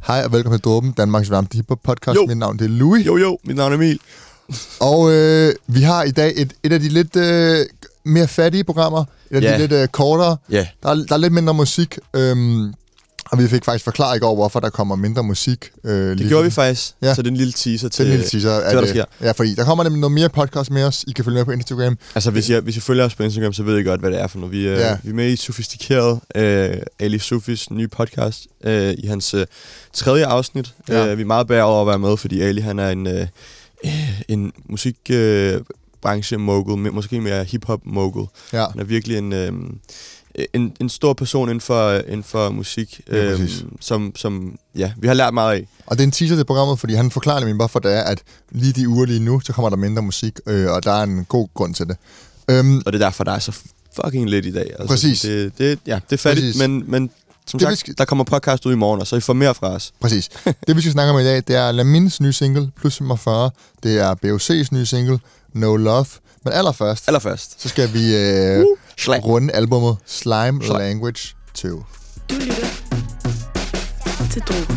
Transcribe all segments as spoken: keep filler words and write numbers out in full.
Hej og velkommen til Dråben, Danmarks varmeste hiphop podcast. Jo. Mit navn det er Louis. Jo, jo, mit navn er Emil. Og øh, vi har i dag et, et af de lidt øh, mere fattige programmer. Et af Ja. de lidt øh, kortere. Ja. Der er, der er lidt mindre musik. Øhm, og vi fik faktisk forklaret i går, hvorfor der kommer mindre musik. Øh, Det lige gjorde nu. vi faktisk, Ja. så det er en lille teaser til, Den lille teaser, til hvad der sker. Ja, fordi der kommer nemlig noget mere podcast med os. I kan følge med på Instagram. Altså, hvis I, hvis I følger os på Instagram, så ved I godt, hvad det er for noget. Vi, øh, Ja. vi er med i Sofistikeret, øh, Ali Sufis nye podcast, øh, i hans øh, tredje afsnit. Ja. Øh, vi er meget bæret over at være med, fordi Ali, han er en, øh, øh, en musikbranche-mogul, øh, måske mere hip-hop-mogul. Ja. Han er virkelig en... Øh, En, en stor person inden for, inden for musik, Ja, øhm, som, som ja, vi har lært meget af. Og det er en teaser til programmet, fordi han forklarer nemlig, hvorfor det er, at lige de uger lige nu, så kommer der mindre musik, øh, og der er en god grund til det. Øhm, Og det er derfor, der er så fucking lidt i dag. Altså, Præcis. Det, det, ja, det er fattigt, Præcis. men, men som Det sagt, skal- der kommer podcast ud i morgen, og så I får mere fra os. Præcis. Det vi skal snakke om i dag, det er Lamins nye single, Plus femogfyrre. Det er B O C's nye single, No Love. Men allerførst, Allerførst. så skal vi øh, Uh, slag. runde albumet Slime Slag. Language to. Du lytter til Dråben.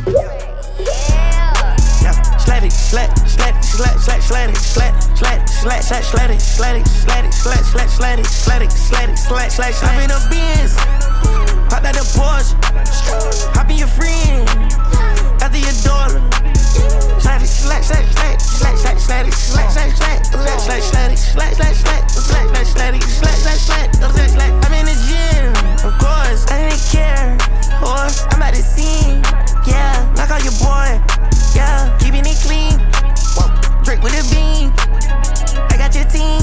Yeah, slat it, slat, slat, slat, slat, slat it, slat, slat, slat, slat, slat it, slat it, slat it, slat, slat, slat it, slat it, slat it, slat, slat, hop in the Benz, hop out the Porsche, hop in your friend, after your daughter. Slat it, slat, slat, slat, slat, slat, slat it, slat, slat, slat, slat, slat, slat it, slat, slat, slat, slat, slat, slat it, slat, slat, slat, slat, slat. I'm in the gym, of course, I didn't care, or I'm at the scene, yeah, knock out your boy, yeah, keeping it clean, drink with a bean, I got your team,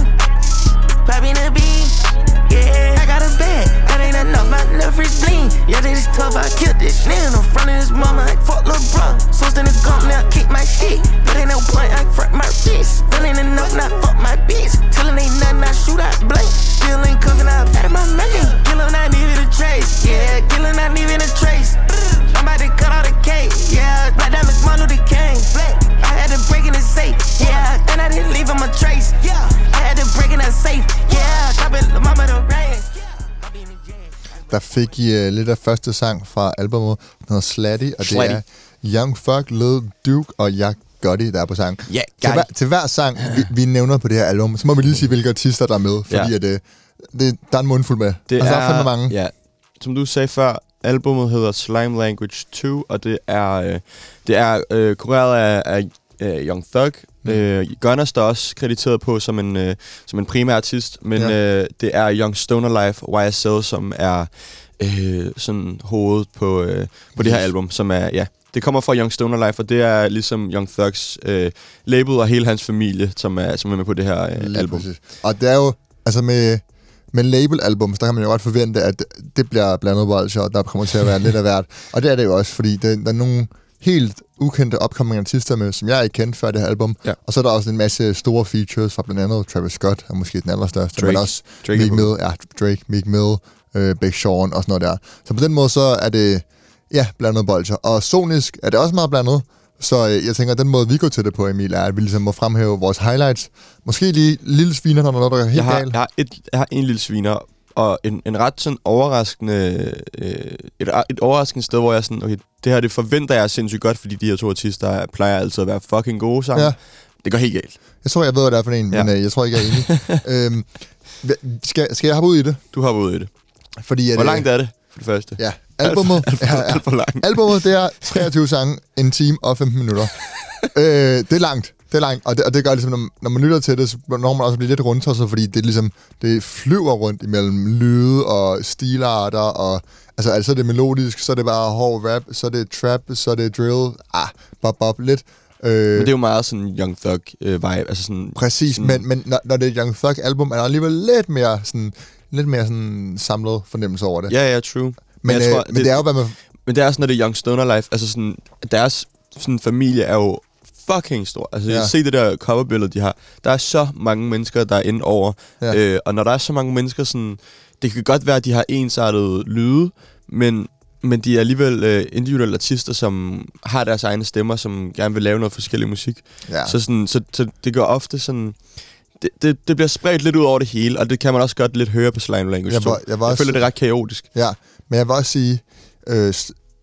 popping a bean, yeah, I got a bag, that ain't enough, my left wrist bling, yeah, this is tough, I killed this nigga in front of his mama, like fuck lil' bro, so in the gump, now kick my shit, but ain't no point, I front my wrist, feeling enough, not fuck my bitch, telling ain't nothing, I shoot, I blank, still ain't cooking, I out of my man, killin' I need a trace, yeah, killin' I need a trace, I'm about to cut all the cake, yeah, my diamonds, Martin Luther King, black, I had to break in the safe, yeah, and I didn't leave him a trace, yeah, I had to break in the safe, yeah, cop it, mama the rain, yeah, I be in the jam. Der fik I uh, lidt af første sang fra albumet, den hedder Slatty, og det Slatty. er Young Thug, Lil Duke og Jeg Gotti, der er på sang. Ja, Til hver, til hver sang, vi, vi nævner på det her album, så må vi lige sige, hvilke artister, der er med, fordi Ja. at, det, det, der er en mundfuld med. Det altså, der er fandme mange. Ja, som du sagde før, albumet hedder Slime Language to, og det er, øh, det er øh, kureret af, af øh, Young Thug. Mm. Øh, Gunna står også krediteret på som en, øh, som en primær artist, men Ja. øh, det er Young Stoner Life, Y S L, som er øh, sådan hovedet på, øh, på det her album, som er, ja, det kommer fra Young Stoner Life, og det er ligesom Young Thugs øh, label og hele hans familie, som er, som er med på det her øh, Lige album. præcis. Og det er jo, altså med, med label-albums, der kan man jo godt forvente, at det bliver blandet bolcher, og der kommer til at være lidt af hvert. Og det er det jo også, fordi det, der er nogle helt ukendte upcoming artister med, som jeg ikke kendte før det her album. Ja. Og så er der også en masse store features fra blandt andet Travis Scott, er måske den allerstørste, Drake. men også Drake Meek er Mill, ja, Drake, Meek Mill, øh, Big Sean og sådan noget der. Så på den måde, så er det, ja, blandet bolcher. Og sonisk er det også meget blandet. Så øh, jeg tænker, at den måde, vi går til det på, Emil, er, at vi ligesom må fremhæve vores highlights. Måske lige lille sviner, når der er noget, der er helt jeg har, galt. jeg, har et, jeg har en lille sviner, og en, en ret sådan overraskende, øh, et, et overraskende sted, hvor jeg er sådan, okay, det her det forventer jeg sindssygt godt, fordi de her to artister plejer altid at være fucking gode sammen. Ja. Det går helt galt. Jeg tror, jeg ved, hvad det er for en, Ja. men øh, jeg tror ikke, jeg er enig. øhm, hva- skal, skal jeg hoppe ud i det? Du hopper ud i det. Fordi, at, Hvor øh, langt er det, for det første? Ja, albummet, Alt for, ja, ja. alt for langt. albummet, det er treogtyve sange, en time og femten minutter. øh, det er langt. Det er langt, og det, og det gør ligesom, når, når man lytter til det, så når man også bliver lidt rundtosset, fordi det ligesom, det flyver rundt imellem lyde og stilarter, og altså, altså er det melodisk, så er det bare hård rap, så er det trap, så er det drill, ah, bop, bop, lidt. Øh, Men det er jo meget sådan Young Thug øh, vibe, altså sådan... præcis, sådan, men, men når, når det er et Young Thug album, er der alligevel lidt mere sådan, lidt mere sådan samlet fornemmelse over det. Ja, ja, true. men, jeg øh, tror, men det, det er jo, hvad man... Men det er sådan, når det er Young Stoner Life, altså sådan, deres sådan, familie er jo fucking stor. Altså, Ja. ja. Se det der coverbillede, de har. Der er så mange mennesker, der er inde over. Ja. Øh, og når der er så mange mennesker, sådan, det kan godt være, at de har ensartet lyde, men, men de er alligevel øh, individuelle artister, som har deres egne stemmer, som gerne vil lave noget forskellig musik. Ja. Så, sådan, så, så det gør ofte sådan... Det, det, det bliver spredt lidt ud over det hele, og det kan man også godt lidt høre på Slime Language Jeg to. var- jeg var jeg også- føler, det er ret kaotisk. Ja, men jeg vil også sige, øh, s-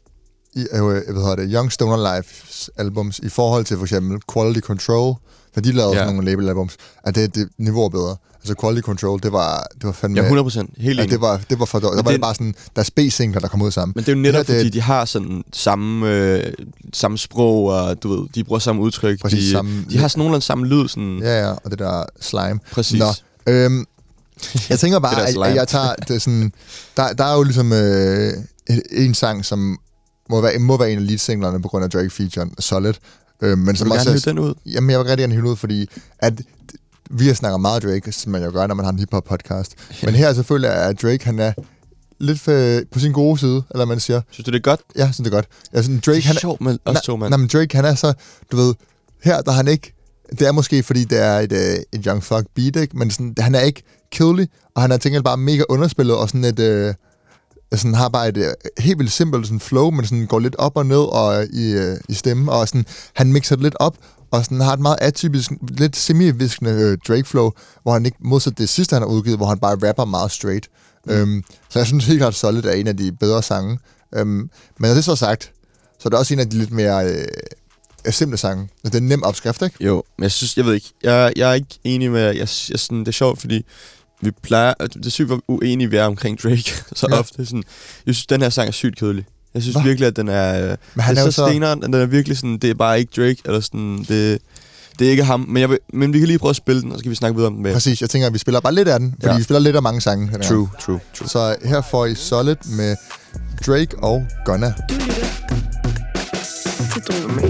i, øh, hvad hedder det, Young Stoner Life's albums, i forhold til for eksempel Quality Control, da de lavede ja. sådan nogle label-albums, at det, det niveau er bedre. Altså Quality Control, det var, det var fandme... Ja, hundrede procent. Helt ja, enig. det var, det var for dårligt. Der var det bare sådan, der er space-singler, der kom ud sammen. Men det er jo netop, det her, fordi det, de har sådan samme, øh, samme sprog, og du ved, de bruger samme udtryk. Præcis, de, samme, de har sådan nogenlunde samme lyd. Sådan. Ja, ja, og det der slime. Præcis. Nå, øhm, jeg tænker bare, at, at jeg tager det sådan... Der, der er jo ligesom øh, en sang, som må være, må være en af lead-singlerne på grund af Drake-featuren, Solid. Øh, men som vil du også gerne er, den ud? Jamen, jeg vil rigtig gerne hive den ud, fordi at vi har snakket meget Drake, som man jo gør, når man har en hip-hop-podcast. Ja. Men her selvfølgelig er Drake, han er lidt for, på sin gode side, eller man siger. Synes du, det er godt? Ja, synes det er godt. Jeg synes, Drake, det er han, sjovt med os to, mand. Nej, men Drake, han er så, du ved, her der han ikke, det er måske, fordi det er et, øh, et Young Thug beat, ikke? Men sådan, han er ikke killy, og han er tænkt bare mega underspillet, og sådan et, øh, sådan har bare et øh, helt vildt simpelt sådan flow, men sådan går lidt op og ned og, i, øh, i stemme, og sådan, han mixer det lidt op, og sådan har et meget atypisk, lidt semi-viskende øh, Drake-flow, hvor han ikke modsat det sidste, han har udgivet, hvor han bare rapper meget straight. Mm. Øhm, så jeg synes helt klart, Solid er en af de bedre sange. Øhm, men når det er så sagt, så er det også en af de lidt mere øh, simple sange. Det er en nem opskrift, ikke? Jo, men jeg synes, jeg ved ikke, jeg, jeg er ikke enig med, jeg, jeg sådan, det er sjovt, fordi vi plejer, det er sygt, hvor uenige vi er omkring Drake, så ja. ofte sådan, jeg synes, den her sang er sygt kedelig. Jeg synes Hva? virkelig, at den er, men han det er, er så steneren, den er virkelig sådan, det er bare ikke Drake, eller sådan, det, det er ikke ham, men, jeg vil, men vi kan lige prøve at spille den, og så kan vi snakke videre om den med. Præcis, jeg tænker, at vi spiller bare lidt af den, fordi ja. vi spiller lidt af mange sange. True, true, true. Så her får I Solid med Drake og Gunna. Du lytter til Drogen.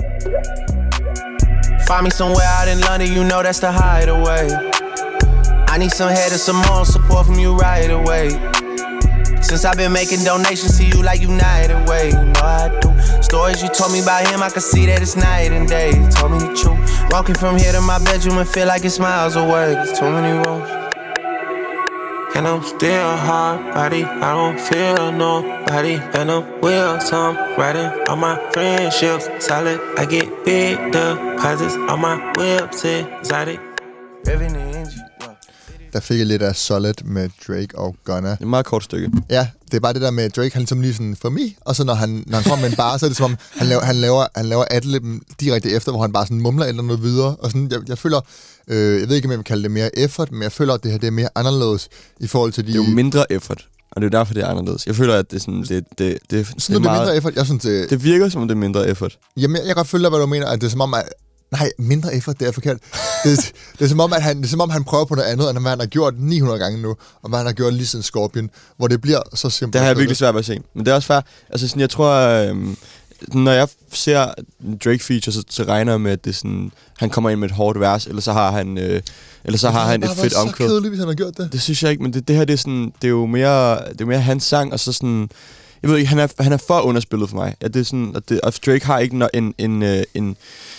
Find me somewhere out in London, you know that's the hideaway. I need some head and some more support from you right away. Since I've been making donations to you like United Way, you know I do. Stories you told me about him, I can see that it's night and day. You told me the truth. Walking from here to my bedroom and feel like it's miles away. There's too many roads. And I'm still hard body, I don't feel nobody. And I'm wheels, I'm riding on my friendships. Solid, I get big deposits on my whips, exotic. Revving the engine. Der fik jeg lidt af Solid med Drake og Gunna. Det er et meget kort stykke. Ja, det er bare det der med Drake, han ligesom lige sådan for mig, og så når han, når han kommer med en bar, så er det som om, han laver, han laver, han laver adliben direkte efter, hvor han bare sådan mumler eller noget videre. Og sådan, jeg, jeg føler, øh, jeg ved ikke, om jeg vil kalde det mere effort, men jeg føler, at det her det er mere anderledes i forhold til de... Det er jo mindre effort, og det er derfor, det er anderledes. Jeg føler, at det er sådan, det, det, det, det, sådan, det er meget... mindre effort. Jeg synes, det... det virker som om, det er mindre effort. Jamen, jeg, jeg kan godt følge, hvad du mener, at det er som om, at nej, mindre effort, det er forkert. Det, det, er som om, at han, det er som om, han prøver på noget andet, end hvad han har gjort ni hundrede gange nu, og hvad han har gjort lige siden Scorpion, hvor det bliver så simpelt. Det har jeg virkelig svært ved at se. Men det er også fair. Altså sådan, jeg tror, øhm, når jeg ser Drake-feature, så, så regner jeg med, at det sådan, han kommer ind med et hårdt vers, eller så har han, øh, eller så har han et fedt omkvæd. Det er så kedeligt, hvis han har gjort det. Det synes jeg ikke, men det, det her, det er, sådan, det er jo mere, det er mere hans sang, og så sådan... Jeg ved ikke, han er, han er for underspillet for mig. Ja, det er sådan, at det, og Drake har ikke en... en, en, en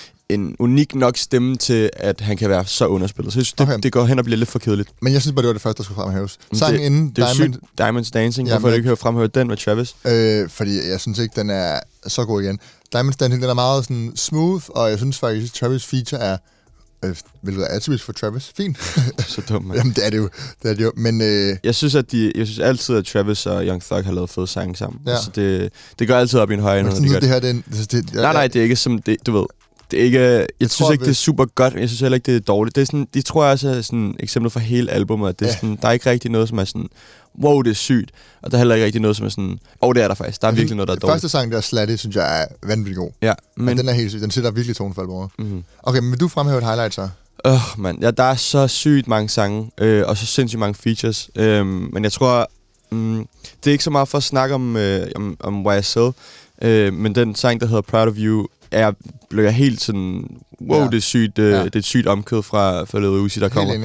en unik nok stemme til, at han kan være så underspillet. Så jeg synes, det, okay. det går hen og bliver lidt for kedeligt. Men jeg synes bare, det var det første, der skulle fremhæves. Sangen det, inden det er Diamond... sygt. Diamonds Dancing. Ja, hvorfor har du ikke hørt fremhævet den med Travis? Øh, fordi jeg synes ikke, den er så god igen. Diamonds Dancing, den er meget sådan smooth, og jeg synes faktisk, at Travis feature er... Øh, hvilket er atypisk for Travis. Fint. Så dumt, man. Jamen, det er det jo. Det er det jo. Men... Øh... Jeg synes, at de, jeg synes altid, at Travis og Young Thug har lavet fede sange sammen. Ja. Altså, det, det går altid op i en højere end de det her, det, er en, det, det, Nej, nej, det er ikke som... Det, du ved... Det er ikke, jeg, jeg synes tror, ikke, det er super godt, men jeg synes heller ikke, det er dårligt. Det er sådan, de tror jeg også er sådan eksempler for hele albumet, at det er ja. sådan, der er ikke rigtig noget, som er sådan, wow, det er sygt. Og der er heller ikke rigtig noget, som er sådan, åh, oh, det er der faktisk. Der er virkelig noget, der er dårligt. Første sang, der er Slatty, synes jeg er vanvittigt god. Ja, men... Og den er helt syg. Den sætter virkelig tone for albumet. Mm-hmm. Okay, men vil du fremhæve et highlight så? Åh, oh, mand. Ja, der er så sygt mange sange, øh, og så sindssygt mange features. Øh, men jeg tror, mm, det er ikke så meget for at snakke om, øh, om, om Y S L, øh, men den sang, der hedder Proud of You, er, blev jeg helt sådan, wow, ja. det, er sygt, øh, ja. det er et sygt omkød fra, fra Lil Uzi, der kommer.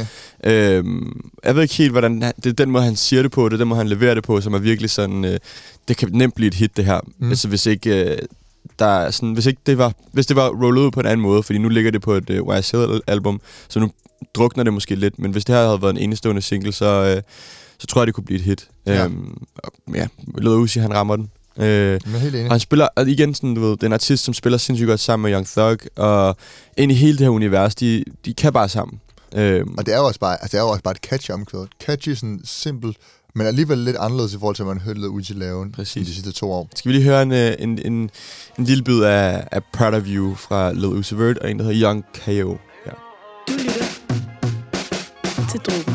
Øhm, jeg ved ikke helt, hvordan, det er den måde, han siger det på, det er den måde, han leverer det på, som er virkelig sådan, øh, det kan nemt blive et hit, det her. Mm. Altså, hvis ikke, øh, der er sådan, hvis ikke det var, hvis det var rollet ud på en anden måde, fordi nu ligger det på et øh, Y S L-album, så nu drukner det måske lidt, men hvis det her havde været en enestående single, så, øh, så tror jeg, det kunne blive et hit. Ja. Øhm, og, ja, Lil Uzi, han rammer den. Øh, og han spiller, og igen sådan, du ved, det er en artist, som spiller sindssygt godt sammen med Young Thug, og ind i hele det her univers, de, de kan bare sammen. Øh, og det er jo også bare, altså det er jo også bare et catchy omkvæd. Catchy, sådan simpelt, Men alligevel lidt anderledes i forhold til, at man hørte Uzi lave de sidste to år. Skal vi lige høre en, en, en, en lille bid af, af Proud of You fra Lil Uzi Vert og en, der hedder Young K O. Ja. Du lytter til Drogen.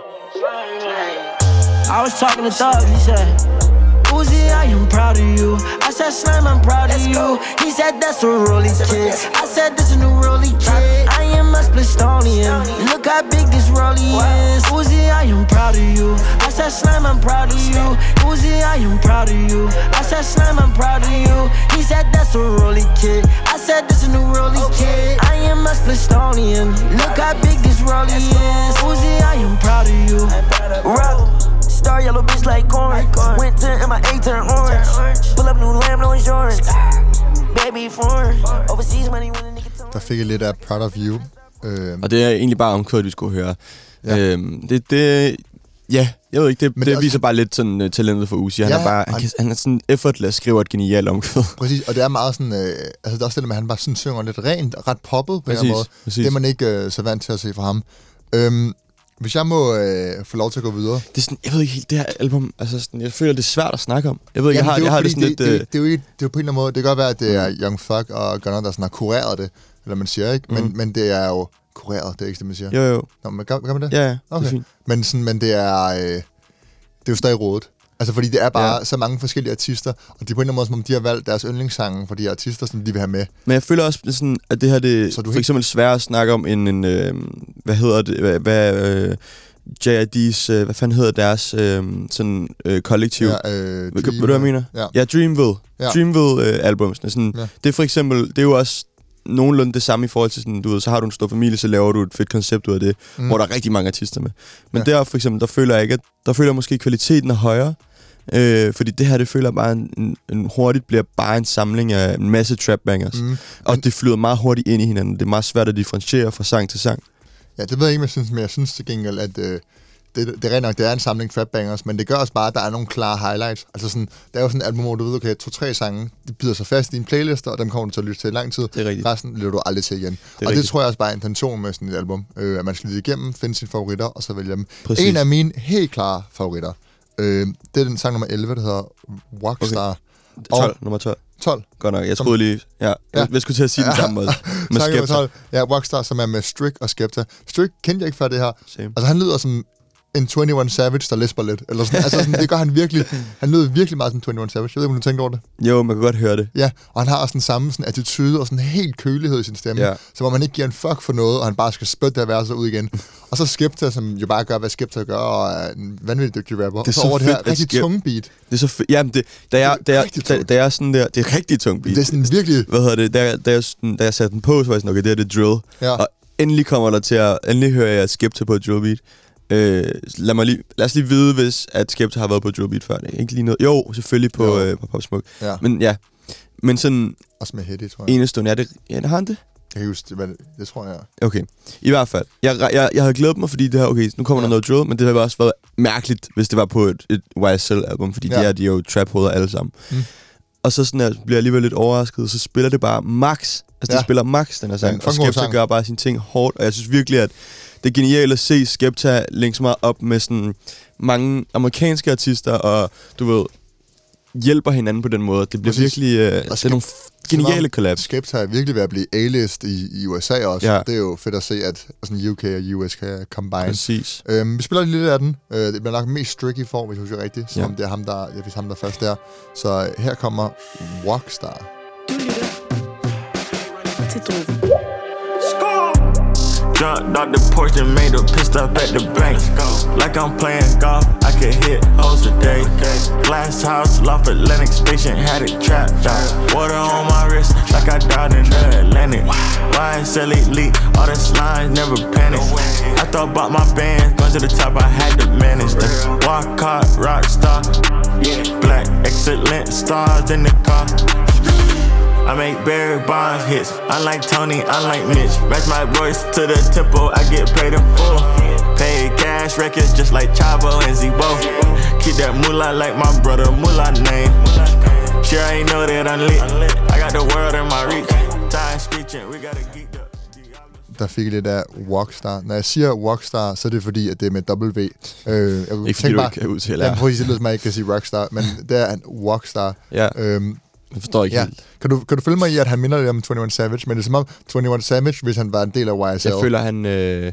I was talking to Thug, he said, Uzi, I am proud of you. I said, Slim, I'm proud of you. He said, that's a rolly kid. I said, this a new rolly kid. I am a Splistonian. Look how big this rolly is. Uzi, I am proud of you. I said, Slim, I'm proud of you. Uzi, I am proud of you. I said, Slim, I'm proud of you. He said, that's a rolly kid. I said, this a new rolly kid. I am a Splistonian. Look how big this rolly is. Uzi, I am proud of you. Rock. Star yellow bitch like corn. Went to M I A turn orange. Pull up new lamb, no insurance. Baby foreign. Overseas money when a nigga. Der fik jeg lidt af Proud of You. Øh. Og det er egentlig bare omkvædet, vi skulle høre. Ja. Øhm, det, det, ja, jeg ved ikke, det, det, det viser også bare lidt sådan uh, talentet for Uzi. Han, ja, er bare, han, han, han er sådan effortless, skriver et genialt omkvæd. Præcis, og det er meget sådan, øh, altså det er også det med, at han bare sådan synger lidt rent, ret poppet på en måde. Præcis. Det er man ikke øh, så vant til at se fra ham. Øhm, Hvis jeg må øh, få lov til at gå videre. Det er sådan, jeg ved ikke helt, det her album, altså sådan, jeg føler, det er svært at snakke om. Jeg ved ikke, jeg har, jeg har det sådan det, lidt... Det, det, det, er jo ikke, det er jo på en eller anden måde, det kan godt være, at det er Young Thug og Gunna, der sådan har kureret det, eller man siger, ikke? Men, mm. men det er jo kureret, det er ikke det, man siger. Jo, jo. Nå, men gør, gør man det? Ja, ja, okay. Det er fint. Men, sådan, men det er, øh, det er jo stadig rodet. Altså, fordi det er bare ja. så mange forskellige artister, og de er på en eller anden måde, som om de har valgt deres yndlingssange for de artister, som de vil have med. Men jeg føler også, sådan, at det her det er for eksempel svært at snakke om en, en øh, hvad hedder det, hvad... hvad øh, J I D's, øh, hvad fanden hedder deres øh, sådan øh, kollektiv? Ja, øh, Dream, ved du, hvad jeg mener? Ja, ja Dreamville. Ja. Dreamville-albumsene. Sådan, ja. Det er for eksempel, det er jo også nogenlunde det samme i forhold til sådan, du ved, så har du en stor familie, så laver du et fedt koncept ud af det, mm. hvor der er rigtig mange artister med. Men ja. Der for eksempel, der føler jeg ikke, at der føler jeg måske, at kvaliteten er højere. Øh, fordi det her, det føler bare en, en, en hurtigt bliver bare en samling af en masse trap bangers. Mm. Og men det flyder meget hurtigt ind i hinanden. Det er meget svært at differentiere fra sang til sang. Ja, det ved jeg ikke, jeg synes, men jeg synes til gengæld, at øh, det, det er rent nok, det er en samling trap bangers, men det gør også bare, at der er nogle klare highlights. Altså sådan, der er jo sådan et album, hvor du ved, okay, to-tre sange, de bider sig fast i en playlist, og dem kommer du til at lytte til i lang tid. Det er rigtigt. Resten lytter du aldrig til igen. Det og rigtigt. Det tror jeg også bare er intention med sådan et album, øh, at man skal lytte igennem, finde sine favoritter, og så vælge dem. Præcis. En af mine helt klare favoritter, øh, det er den sang nummer elleve, der hedder Rockstar. Okay. tolv, og nummer tolv. tolv. Godt nok, jeg troede lige... Ja, ja. Jeg skulle til at sige ja. Den samme måde. Med Skepta. Ja, Rockstar, som er med Strick og Skepta. Strick kendte jeg ikke før det her. Same. Altså, han lyder som en enogtyve Savage, der lesber lidt. Eller sådan. Altså, sådan, det gør han virkelig. Han lyder virkelig meget som enogtyve Savage. Jeg ved ikke, om du tænkte over det? Jo, man kan godt høre det. Ja, og han har også den samme sådan, attitude og sådan helt kølighed i sin stemme. Ja. Så hvor man ikke giver en fuck for noget, og han bare skal spytte det her vers ud igen. Og så Skepta, som jo bare gør, hvad Skepta gør, og er en vanvittig dygtig rapper. Det er og så, så over fedt, det her rigtig Skep... tunge beat. Det er så fedt. Jamen, det, da jeg, det er da, jeg, da, da jeg sådan der... Det er rigtig tung beat. Det er sådan virkelig... Hvad hedder det? Da jeg, da jeg, da jeg satte den på, så var jeg sådan, okay, det er det drill. Ja. Og endelig kommer der til at... Endelig hører jeg Skepta på et drill beat. Øh, lad, mig lige, lad os lige vide, hvis at Skepta har været på drill beat før. Det er ikke lige noget... Jo, selvfølgelig på, øh, på Pop Smoke. Ja. Men ja... Men sådan... Også med Heddy, tror jeg. Enestående. Er det... Ja, har han det? Jeg kan huske det, det tror jeg. Okay. I hvert fald. Jeg, jeg, jeg havde glædet mig, fordi det her... Okay, nu kommer ja. Der noget drill, men det havde også været mærkeligt, hvis det var på et, et Y S L-album, fordi ja. De er de er jo trap-hoveder alle sammen. Mm. Og så sådan her, bliver jeg alligevel lidt overrasket, og så spiller det bare max. Altså, ja. Det spiller max, den her sang. Ja, og Skepta sang. Gør bare sine ting hårdt, og jeg synes virkelig, at det er genialt at se Skepta længe så meget op med sådan mange amerikanske artister, og du ved, hjælper hinanden på den måde. Det bliver Præcis. Virkelig... Øh, det er nogle geniale collabs. Skepta er virkelig ved at blive A-list i, i U S A også. Ja. Det er jo fedt at se, at sådan U K og U S kan combine. Præcis. Øhm, vi spiller lidt af den. Øh, det bliver nok mest Stricky for, hvis jeg husker rigtigt. Som ja. Det er ham, der, jeg ham, der først der. Så her kommer Rockstar. Du lytter til Drogen. Jumped off the porch and made a pissed up at the bank. Like I'm playing golf, I could hit holes today. Glass house, loft Atlantic station, had it trapped out. Water on my wrist, like I died in the Atlantic. Y S L elite, all the slides, never panic. I thought about my band, going to the top, I had to manage them. Walk hard, rock star, black, excellent stars in the car. I make Barry Bonds hits, unlike Tony, unlike Mitch. Match my voice to the tempo, I get paid in full. Paid cash records just like Chavo and Zebo. Keep that moolah like my brother Moolah name. Sure I ain't know that I'm lit, I got the world in my reach. Time screeching, we gotta geek up. der fik lidt af Walkstar. Når jeg siger Walkstar, så er det fordi, at det er med W. Øh, jeg ikke fordi du bare, ikke kan udtale. Ja, præcis, det lyder som, jeg ikke kan sige Rockstar, men det er en Walkstar. Ja, øhm, jeg forstår ikke ja. helt. Kan du, kan du følge mig i, at han minder lidt om enogtyve Savage, men det er som om enogtyve Savage, hvis han var en del af Y S L. Jeg føler, han... Øh,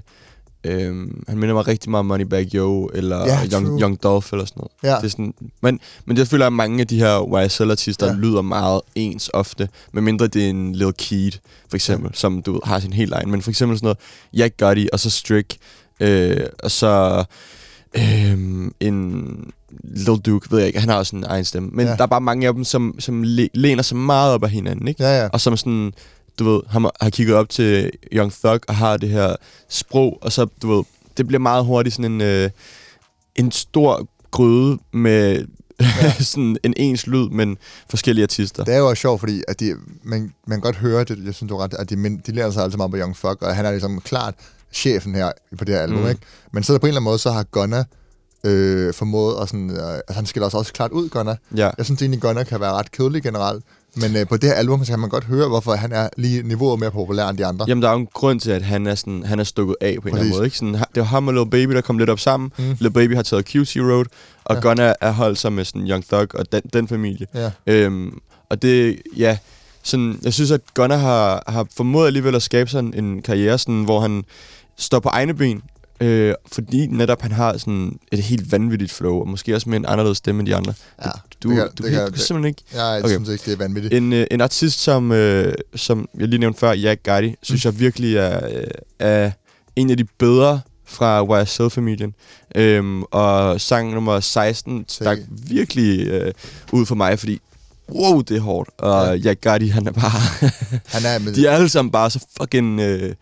øh, han minder mig rigtig meget om Moneybagg Yo, eller ja, Young, Young Dolph, eller sådan noget. Ja. Det er sådan, men, men det føler jeg, at mange af de her Y S L-artister ja. lyder meget ens ofte, medmindre det er en Lil Keed, for eksempel, ja. som du ved, har sin helt egen. Men for eksempel sådan noget, Yak Gotti, og så Strick, øh, og så øh, en Lil Duke, ved jeg ikke, han har også en egen stemme. Men ja. der er bare mange af dem, som, som læ- læner sig meget op af hinanden, ikke? Ja, ja. Og som sådan, du ved, har, har kigget op til Young Thug, og har det her sprog, og så, du ved, det bliver meget hurtigt sådan en, øh, en stor gryde med ja. sådan en ens lyd, men forskellige artister. Det er jo også sjovt, fordi at de, man, man kan godt høre det, jeg synes du ret, at de, de lærer sig altid meget på Young Thug, og han er ligesom klart chefen her på det her album, mm. ikke? Men så der på en eller anden måde, så har Gunna øh, formået, og sådan, øh, altså han skiller også, også klart ud, Gunna. Ja. Jeg synes egentlig, Gunna kan være ret kedelig generelt, men øh, på det her album, så kan man godt høre, hvorfor han er lige niveauet mere populær end de andre. Jamen, der er jo en grund til, at han er, sådan, han er stukket af på en eller anden måde. Ikke? Sådan, det var ham og Lil Baby, der kom lidt op sammen. Mm. Lil Baby har taget Q T Road, og ja. Gunna er holdt sig med sådan Young Thug og den, den familie. Ja. Øhm, og det, ja, sådan, jeg synes, at Gunna har, har formået alligevel at skabe sådan en karriere, sådan, hvor han står på egne ben, øh, fordi netop han har sådan et helt vanvittigt flow, og måske også med en anderledes stemme end de andre. Ja, du det kan, du, det du, kan, kan, du kan simpelthen ikke... Ja, jeg okay. synes ikke, det er vanvittigt. En, øh, en artist, som, øh, som jeg lige nævnte før, Yak Gotti, synes mm. jeg virkelig er, øh, er en af de bedre fra Y S L-familien. Øhm, og sang nummer seksten stak virkelig øh, ud for mig, fordi wow, det er hårdt. Og ja. Yak Gotti, han er bare... han er med de er alle sammen bare så fucking... Øh,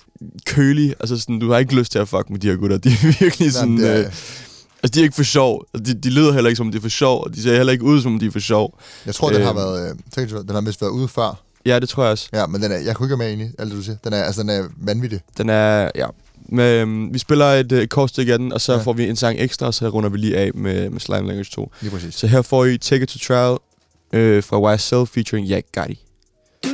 kølige, altså sådan, du har ikke lyst til at fuck med de her gutter, de er virkelig sådan, Jamen, er... øh, altså de er ikke for sjov, de, de lyder heller ikke som om de er for sjov, og de ser heller ikke ud som om de er for sjov. Jeg tror, øh, den har været, øh, den har vist været ude før. Ja, det tror jeg også. Ja, men den er, jeg kunne ikke være med enig i alt det, du siger. Den er, altså, den er vanvittig. Den er, ja, med, vi spiller et, et kort stykke af den, og så ja. får vi en sang ekstra, og så runder vi lige af med, med Slime Language to. Lige præcis. Så her får I Take It To Trial øh, fra Y S L featuring Yak Gotti. Du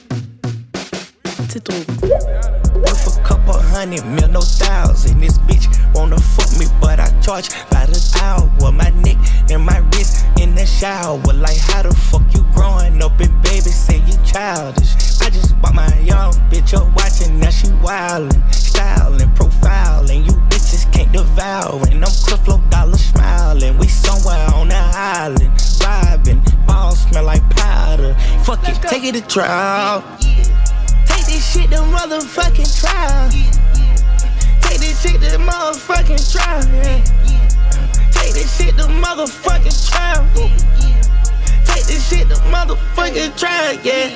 lytter til Drogen. Worth a couple hundred mil, no thousand. This bitch wanna fuck me, but I charge by the hour. My neck and my wrist in the shower. Like, how the fuck you growing up and baby say you childish? I just bought my young bitch up watching, now she wildin', styling, profiling. You bitches can't devour, and I'm Creflo Dollar smiling. We somewhere on the island, vibing. Balls smell like powder. Fuck it, take it to trial. This shit the motherfucking trial. Take this shit the motherfucking trial. Yeah. Take this shit the motherfucking trial. Take this shit the motherfucking trial. Yeah.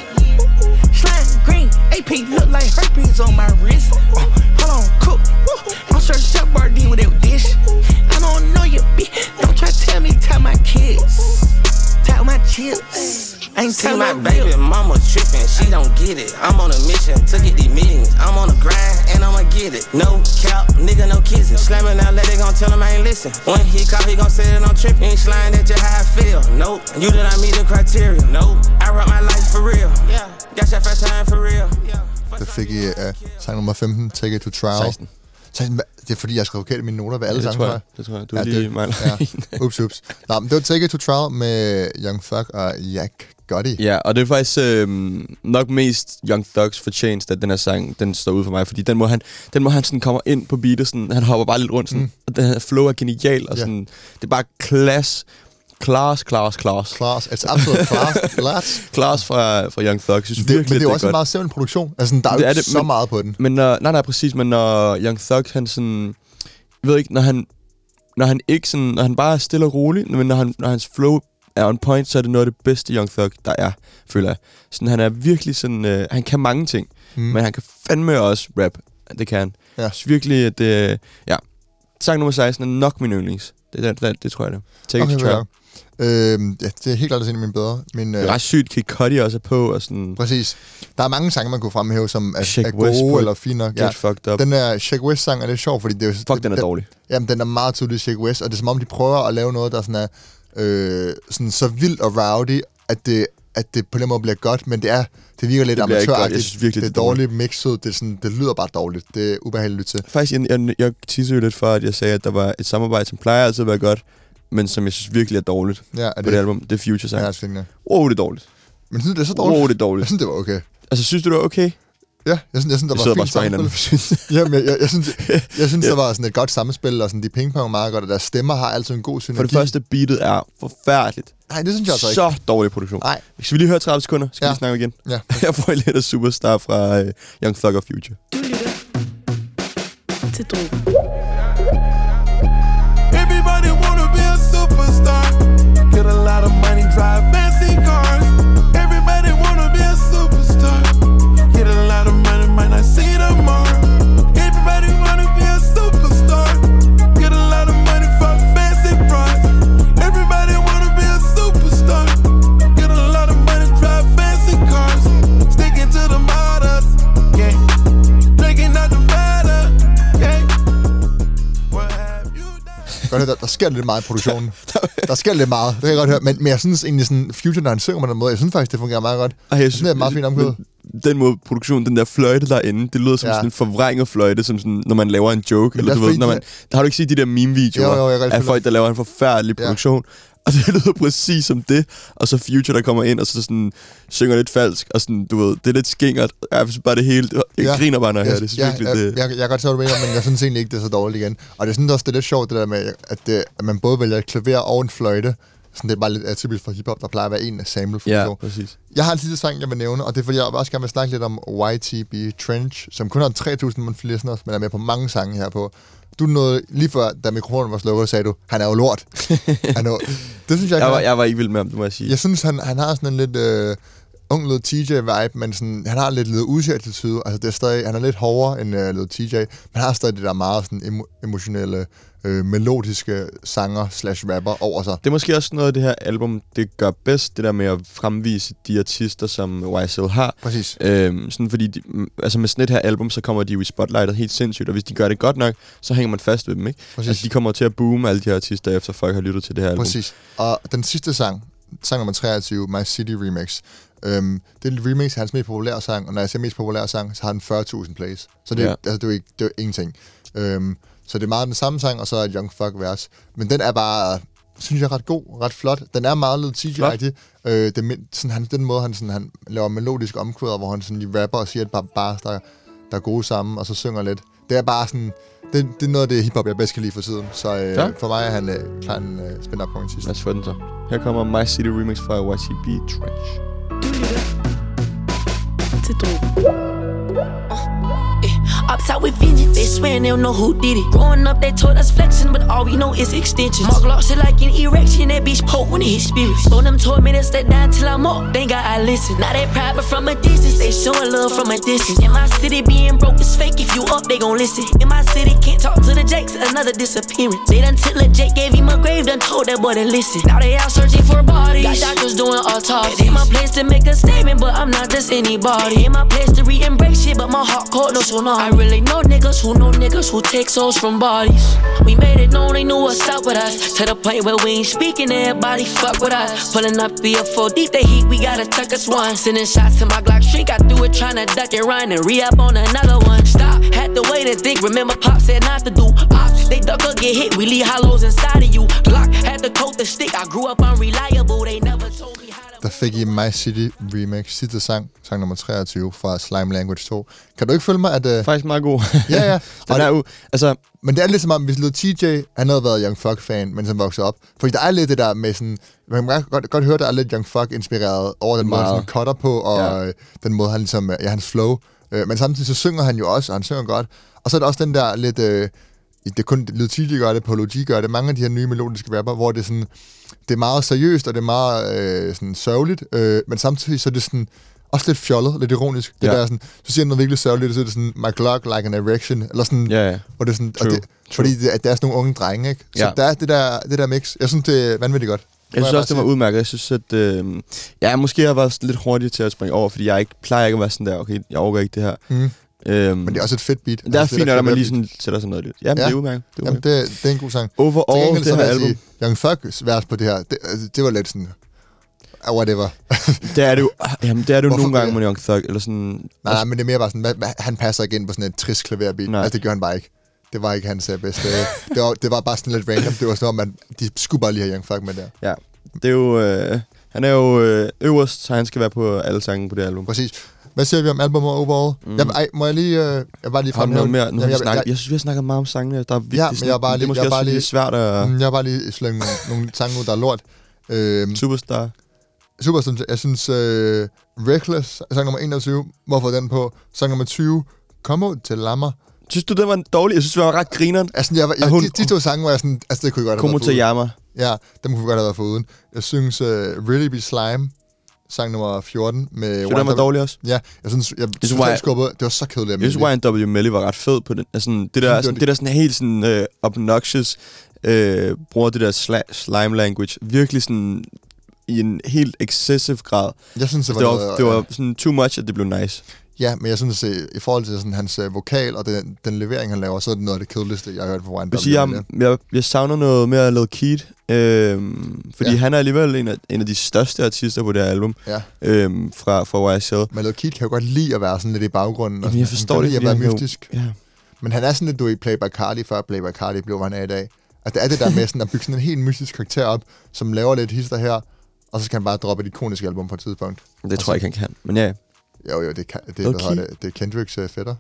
Slime green, A P look like herpes on my wrist. Uh, hold on, cook. Woo. I'm sure Chef Bourdain with that dish. I don't know you, bitch. Don't try to tell me tie my kids, tie my chips. Ain't see my baby mama trippin', she don't get it. I'm on a mission to get these meetings. I'm on the grind and I'ma get it. No cap, nigga, no kissing. Slamming out, let they gon' tell him I ain't listen. When he call, he gon' say that I'm trippin'. Ain't slime, that's just how I feel. Nope, you did not meet the criteria. Nope, I rock my life for real. Yeah, got your first time for real. Det fik I uh, sang nummer femten, Take It To Trial. seksten. Det er fordi, jeg skrev forkert i mine noter ved alle ja, sange. Det, det tror jeg. Du er ja, lige mig. Ja. Ups, ups. Nå, men det var Take It To Trial med Young Thug og Yak Gotti. Ja, og det er faktisk øh, nok mest Young Thugs fortjeneste, at den her sang, den står ud for mig, fordi den må han, den må han sådan kommer ind på beatet, sådan, han hopper bare lidt rundt, sådan, mm. og den her flow er genial, og sådan, yeah. det er bare class, class, class, class. Class, it's absolut class, class. Class fra, fra Young Thugs, synes det, virkelig, men det er jo det også en meget simpel produktion, altså der er jo ikke det, så men, meget på den. Men når, nej, nej, præcis, men når Young Thug, han sådan, jeg ved ikke, når han, når han ikke sådan, når han bare er stille og rolig, men når, han, når hans flow er on point, så er det noget af det bedste Young Thug, der er, føler jeg. Sådan, han er virkelig sådan, øh, han kan mange ting, mm. men han kan fandme også rap. Det kan han. Ja. Så virkelig, at det, ja. Sang nummer seksten er nok min yndlings. Det, det, det, det tror jeg det. Take okay, It To Trial. Øhm, ja, det er helt klart en af mine bedre. Min, det er ret sygt, Kid Cudi også er på. Og sådan. Præcis. Der er mange sange, man kunne fremhæve, som er, Shake er gode eller fine nok. Ja. Fucked Up. Den der Shake West sang er lidt sjov, fordi det er jo... Fuck, det, den er den, dårlig. Jamen, den er meget tydelig Shake West, og det er som om, de prøver at lave noget, der sådan er øh, sådan så vildt og rowdy, at det at det på den måde bliver godt, men det er det virker lidt amatøragtigt. Det, det er dårligt mixet, det, er sådan, det lyder bare dårligt. Det er ubehageligt til. Faktisk, jeg, jeg, jeg teasede jo lidt for, at jeg sagde, at der var et samarbejde, som plejer altid at være godt, men som jeg synes virkelig er dårligt ja, er på det, det album. Det er Future Sang. Ja, jeg synes, Åh, oh, det er dårligt. Men synes du, det er så dårligt? Åh, oh, det er dårligt. Jeg synes, det var okay. Altså, synes du, det var okay? Ja, jeg synes, jeg synes der jeg var fint samspil. Jamen, jeg, jeg, jeg synes, jeg, jeg synes ja. der var sådan et godt samspil, og sådan, de pingpong meget godt, og deres stemmer har altid en god synergi. For det første, beatet er forfærdeligt. Nej, det synes jeg altså ikke. Så dårlig produktion. Nej. Skal vi lige høre tredive sekunder? Skal ja. vi snakke igen? Ja. Jeg får lidt af Superstar fra uh, Young Thug og Future. Du lytter til Drogen. Everybody wanna be a superstar. Get a lot of money, drive fancy cars. Everybody wanna be a superstar. Get a lot of money, might not see tomorrow. Everybody wanna be a superstar. Get a lot of money, fuck fancy bras. Everybody wanna be a superstar. Get a lot of money, drive fancy cars. Sticking to the models, yeah. Drinking out the water, yeah. What have you done? Godt, der, der sker lidt meget i produktionen. Der sker lidt meget, det kan jeg godt høre. Men, men jeg synes egentlig sådan, Future, når han synger på den måde, jeg synes faktisk, det fungerer meget godt. Ej, jeg synes, det er meget fint omkvædet. Den måde produktionen, den der fløjte derinde, det lyder som ja. sådan en forvrænget fløjte, som sådan, når man laver en joke. Eller, du ved, når man, der har du ikke set de der meme-videoer jo, jo, af folk, der laver en forfærdelig produktion. Ja. Og det lyder præcis som det. Og så Future, der kommer ind, og så sådan, synger lidt falsk. Og sådan, du ved, det er lidt skingert. Jeg synes bare, det hele... Jeg ja. griner bare, når jeg hører det. Synes ja, virkelig, jeg, det... Jeg, jeg, jeg kan godt se, hvad du mener, men jeg synes egentlig ikke, det er så dårligt igen. Og det er sådan også, det er lidt sjovt, det der med, at, det, at man både vælger et klaver og en fløjte. Sådan, det er bare lidt atypisk for hiphop, der plejer at være en sample-funktion. Ja, præcis. Jeg har en sidste sang, jeg vil nævne, og det er fordi, jeg også gerne vil snakke lidt om Y T B Trench, som kun har tre tusind monthly listeners, men er med på mange sange her på. Du nåede lige før, da mikrofonen var slukket, sagde du, han er jo lort. han er, det synes jeg, jeg, var, jeg var ikke vild med ham, det må jeg sige. Jeg synes, han, han har sådan en lidt øh, ung lidt T J-vibe, men sådan, han har lidt lidt udsettelse. Altså, det er stadig, han er lidt hårdere end øh, lidt T J, men han har stadig det der meget sådan emo- emotionelle, øh, melodiske sanger slash rapper over sig. Det er måske også noget af det her album, det gør bedst, det der med at fremvise de artister, som Y S L har. Præcis. Øhm, sådan fordi, de, altså med sådan et her album, så kommer de jo i spotlightet helt sindssygt, og hvis de gør det godt nok, så hænger man fast ved dem, ikke? Præcis. Altså, de kommer til at boome alle de her artister, efter folk har lyttet til det her album. Præcis. Og den sidste sang, sang nummer treogtyve, My City Remix, øhm, det er et remix af hans mest populære sang, og når jeg siger mest populære sang, så har den fyrre tusind plays. Så det, ja. altså, det er jo ikke, det er jo ingenting. Øhm, Så det er meget den samme sang, og så er et Young Thug vers. Men den er bare, synes jeg, ret god, ret flot. Den er meget lidt T J-agtig. Øh, det, sådan, han, den måde, han, sådan, han laver melodisk omkvæder, hvor han sådan lige rapper og siger et par bars, der, der er gode sammen, og så synger lidt. Det er bare sådan, det, det er noget af det hiphop, jeg bedst kan lide for tiden. Så øh, ja. for mig er han øh, klar en øh, spændende opgående sidst. Lad os få den så. Her kommer My City Remix fra Y T B Trench. Du lytter til Drogen. Ops out with vengeance, they swear they don't know who did it. Growing up, they told us flexing, but all we know is extensions. Mark lost it like an erection, that bitch poke when it hit spirits. Told them told me to stay down till I'm up, they got I listen. Now they proud, but from a distance, they showing love from a distance. In my city, being broke is fake, if you up, they gon' listen. In my city, can't talk to the Jakes, another disappearance. They done till a Jake gave him a grave, done told that boy to listen. Now they out searching for bodies, got doctors doing autopsies. It ain't my place to make a statement, but I'm not just anybody. It ain't my place to re-embrace shit, but my heart cold, no so no. I really know niggas who know niggas who take souls from bodies. We made it known they knew what's up with us. To the point where we ain't speaking, everybody fuck with us. Pulling up B F four deep, the heat, we gotta tuck us one. Sending shots to my Glock streak, I threw it trying to duck and run and re-up on another one. Stop, had to wait and think, remember Pop said not to do ops. They duck or get hit, we leave hollows inside of you. Glock had to coat the stick, I grew up unreliable, they never told me how to... Der fik I My City Remix, sidste sang, sang nummer treogtyve fra Slime Language to. Kan du ikke følge mig, at... Uh... Faktisk meget god. ja, ja. Den er jo, altså... Men det er lidt som om, hvis Lil T J, han havde været Young Thug-fan, men som voksede op. Fordi der er lidt det der med sådan... Man kan godt, godt høre, der er lidt Young Thug-inspireret over den måde, han cutter på, og ja. den måde, han ligesom... Ja, hans flow. Uh, men samtidig så synger han jo også, og han synger godt. Og så er der også den der lidt... Uh, det er kun Lil T J gør det, Polo G gør det. Mange af de her nye melodiske rapper, hvor det er sådan... Det er meget seriøst, og det er meget øh, sådan sørgeligt, øh, men samtidig så er det sådan også lidt fjollet, lidt ironisk. Det ja. der sådan, så siger han noget virkelig sørgeligt, så er det sådan, my clock like an erection, eller sådan, ja, ja. hvor det er sådan, True. og det, True. fordi det, at der er sådan nogle unge drenge, ikke? Så ja. der er det der, det der mix. Jeg synes, det er vanvittigt godt. Jeg synes også, det var udmærket. Jeg synes, at øh, ja, måske har jeg været lidt hurtig til at springe over, fordi jeg ikke plejer ikke at være sådan der, okay, jeg overgår ikke det her. Mm. Øhm, men det er også et fedt beat. Det er altså, fint, når man lige sådan sætter sig noget lidt. Jamen, ja. det er udmærket. Det er, Jamen, det, det er en god sang. Overall, det her album. Young Thug's vers på det her, det, altså, det var lidt sådan... uh, whatever. Det er det jo, jamen, det er det jo Hvorfor nogle gange vil- med Young Thug, eller sådan... Nej, nej, men det er mere bare sådan, hvad, hvad, han passer ikke ind på sådan et trist klaverbeat. Nej. Altså, det gør han bare ikke. Det var ikke hans uh, bedste. det, var, det var bare sådan lidt random. Det var sådan, at man, de skulle bare lige have Young Thug med der. Ja, det er jo... Øh, han er jo øh, øverst, så han skal være på alle sange på det album. Præcis. Hvad siger vi om album overall? Mm. Jeg, ej, må jeg lige... Øh, jeg bare lige Har du noget mere? Nu har jeg, vi jeg, snakket, jeg, jeg synes, vi har snakket meget om sangene. Der er vigtigt, Ja, men jeg er bare det er lige- måske jeg er også bare lidt lige- svært at... jeg har bare lige slængt nogle, nogle sange ud, der er lort. Øhm, Superstar. Superstar, jeg synes... Øh, Reckless, sang nummer enogtyve. Hvorfor den på? Sang nummer tyve. Kom ud til Lammer. Synes du, den var dårlig? Jeg synes, det var ret grineren. Altså, jeg, jeg, hun- de, de to sange var jeg sådan... Altså, det kunne jeg godt have Komo været foruden. Tayama. Ja, dem kunne vi godt have været foruden. Jeg synes, uh, Really Be Slime, sang nummer fjorten. Med Så den var dårlig også. Ja, jeg synes, jeg synes, why- jeg skubbede. Det var så kedeligt. Jeg synes, Y N W Melly var ret fed på den. Altså, det der, var sådan, det- det der sådan helt sådan uh, obnoxious, uh, bruger det der sla- slime language, virkelig sådan i en helt excessive grad. Jeg synes, det var, Det var, noget, det var sådan too much, at det blev nice. Ja, men jeg synes, at i forhold til sådan, hans uh, vokal og den, den levering, han laver, så er det noget af det kedeligste, jeg har hørt fra Y N W. Jeg, siger, jeg, jeg, jeg savner noget mere Lil Keith, øhm, fordi Ja. ja. han er alligevel en af, en af de største artister på det her album, Ja, øhm, fra, fra Y S L. men Lil Keith kan jo godt lide at være sådan lidt i baggrunden. og Jamen, jeg sådan. forstår han kan det, lide at fordi være han kan jo- mystisk. Ja. Men han er sådan lidt, du er i Playboy Cardi, før Playboy Cardi blev, hvad han er i dag. Altså, det er det der med sådan at bygge sådan en helt mystisk karakter op, som laver lidt hister her, og så kan han bare droppe et ikonisk album på et tidspunkt. Det tror jeg ikke, han kan. Men ja, Jo, jo, det, kan, det, Okay. okay. det, det er Kendricks uh, fætter.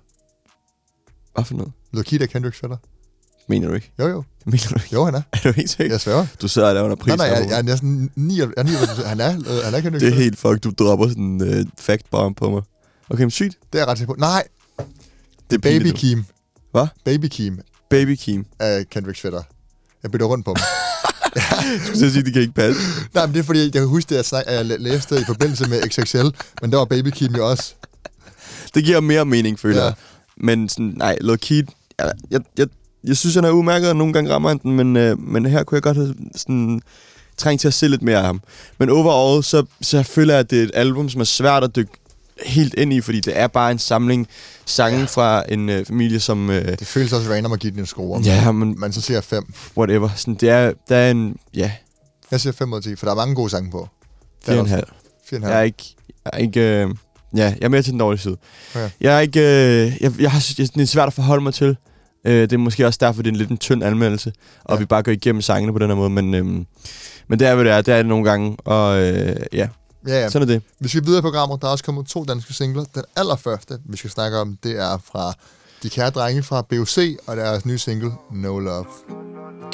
hvad for noget? Lil Keith er Kendricks fætter. Mener du ikke? Jo, jo. Mener du ikke? Jo, han er. Er du helt sikker? Jeg sværger. Du sidder der under pris. Nej, nej, jeg, jeg er næsten ni, jeg er ni, han er, øh, han er Kendricks Det er fætter. helt fuck, du dropper sådan en uh, fact bomb på mig. Okay, men sygt. Det er jeg ret sikker på. Nej, Det er Baby pinligt, du. Keem. Hvad? Baby Keem Baby Keem. er Kendricks fætter. Jeg bytter rundt på dem. Du skal sige, det kan ikke passe. Nej, men det er fordi, jeg kan huske det, jeg, snak, jeg læ- læste i forbindelse med X X L, men der var Baby Keem jo også. Det giver mere mening, føler Ja. jeg. Men sådan, nej, Lil Keith, jeg, jeg, jeg, jeg synes, han er udmærket, og nogle gange rammer han den, men, øh, men her kunne jeg godt have sådan, trængt til at se lidt mere af ham. Men overall, så, så føler jeg, at det er et album, som er svært at dykke helt ind i, fordi det er bare en samling sange ja. fra en øh, familie, som... Øh, Det føles også random at give den en score. ja, men Men så siger jeg fem. whatever. Sådan, det er, der er en... Ja, Jeg siger fem ud af ti, for der er mange gode sange på. fire og en halv. Fire og en Jeg er halv. ikke... Jeg er ikke øh, ja, jeg er mere til den dårlige side. Okay. Jeg er ikke... Øh, jeg, jeg har, jeg, det er svært at forholde mig til. Øh, det er måske også derfor, det er en lidt en tynd anmeldelse, og Ja. vi bare går igennem sangene på den her måde, men, øhm, men det er, hvad det er. Det er det nogle gange, og øh, ja, Ja, ja. sådan er det. Vi skal videre i programmet. Der er også kommet to danske singler. Den allerførste, vi skal snakke om, det er fra De Kære Drenge fra B O C, og deres nye single, No Love. Du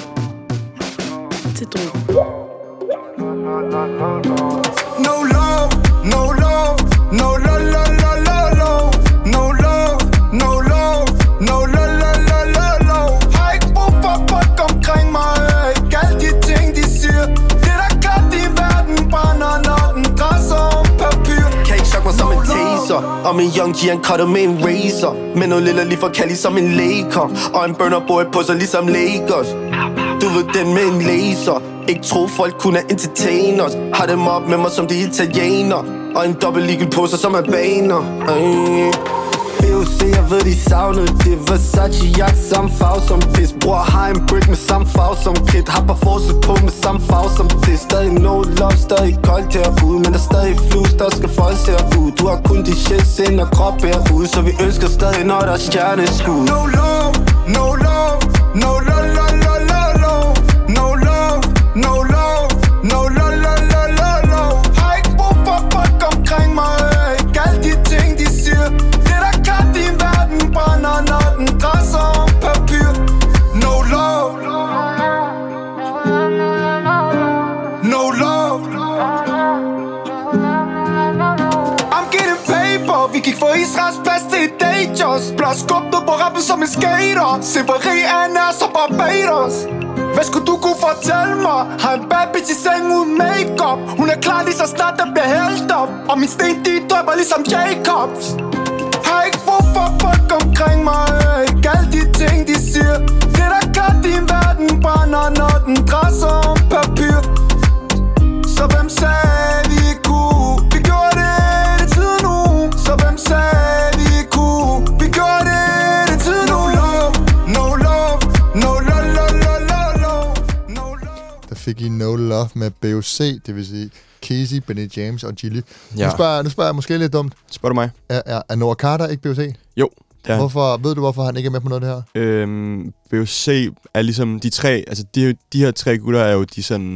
lytter til Drogen. No love, no love, no la la la la la. No love, no love, no la la la la la. Har ikke brug for folk omkring mig, ikke alle de ting de siger. Det der klart i verden brænder, når den græsser om papir. Kan ikke chokke mig som en taser, og min young G han cutter med en razor. Men nu lille lige for Cali som en Laker, og en burner boy på sig ligesom Lakers. Du ved den med en laser. Ikke tro folk kunne er entertainers. Har dem op med mig som de italiener, og en dobbelt legal på sig som er baner. B O C, jeg ved de savnede det. Versace jagt samme farve som pis. Bror har en brick med samme farve som kridt. Har bare forset på med samme farve som det. Stadig no love, stadig koldt herude, men der er stadig flus, der skal foldes herude. Du har kun de shit sind og krop herude, så vi ønsker stadig når der er stjerneskud. No love, no love, no la la la la la. No love, no love, no la la la la la. Har ikke brug for folk omkring mig, ikke alle de ting de siger. Det der klart i verden brænder, når den græsser om papir. No love, no love. I'm getting paper. Vi gik for Israels plads til et Dayjust. Blot skubbet på rappen som en skater. Severi er nær som Barbados. Hvad skulle du kunne fortælle mig? Har en bad bitch i seng uden makeup. Hun er klar lige så snart der bliver hældt op. Og min sten de drøber ligesom Jacobs. Har ikke brug for folk omkring mig, ikke alle de ting de siger. Det der klart din verden brænder, når den græsser om papir. Så hvem sagde vi kunne? Vi gjorde det, det er tid nu. Så hvem sagde vi kunne? Vi gjorde det, det er tid nu. No love, no love, no la la la la la. No love. Der fik I No Love med B O C, det vil sige Casey, Benny James og Gilly. Ja. Nu, spørger, nu spørger jeg måske lidt dumt. Spørger du mig? Er, er, er Noah Carter ikke B O C? Jo. Ja. Hvorfor, ved du, hvorfor han ikke er med på noget af det her? Øhm, B O C er ligesom de tre, altså de, de her tre gutter er jo de sådan,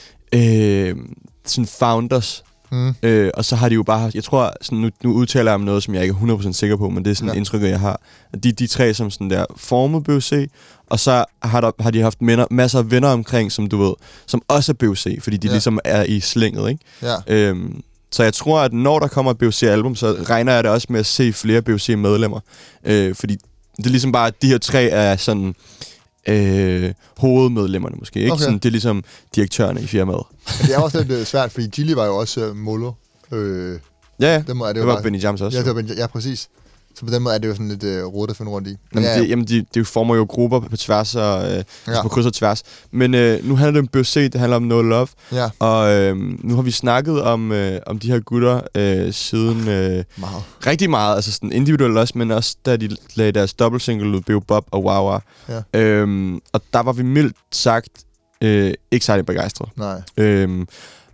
øh, sådan founders. Mm. Øh, og så har de jo bare, jeg tror, sådan, nu, nu udtaler jeg om noget, som jeg ikke er hundrede procent sikker på, men det er sådan Ja. et indtryk, jeg har. De de tre, som sådan der formet B O C, og så har, der, har de haft venner, masser af venner omkring, som du ved, som også er B O C, fordi de Ja. ligesom er i slænget, ikke? Ja. Øhm, så jeg tror, at når der kommer et B O C-album, så regner jeg det også med at se flere B O C-medlemmer. Øh, fordi det er ligesom bare, at de her tre er sådan øh, hovedmedlemmerne måske, ikke? Okay. Sådan, det er ligesom direktørerne i firmaet. Men det er også lidt øh, svært, fordi Gilly var jo også uh, Molo. Øh, Ja, ja. det, må, er det, Det jo var bare- Benny James også. Ja, det var Benny, ja, præcis. Så på den måde er det jo sådan lidt øh, rodet at finde rundt i. Jamen, ja, det, jamen de, de former jo grupper på tværs og øh, ja. altså på kryds og tværs. Men øh, nu handler det om B O C, det handler om No Love. ja, Og øh, nu har vi snakket om, øh, om de her gutter øh, siden øh, meget. rigtig meget, altså sådan individuelt også, men også da de lagde deres dobbeltsingle ud, Beo Bob og Wow Wow. Ja. Øhm, og der var vi mildt sagt øh, ikke særlig begejstrede. Nej. Øhm,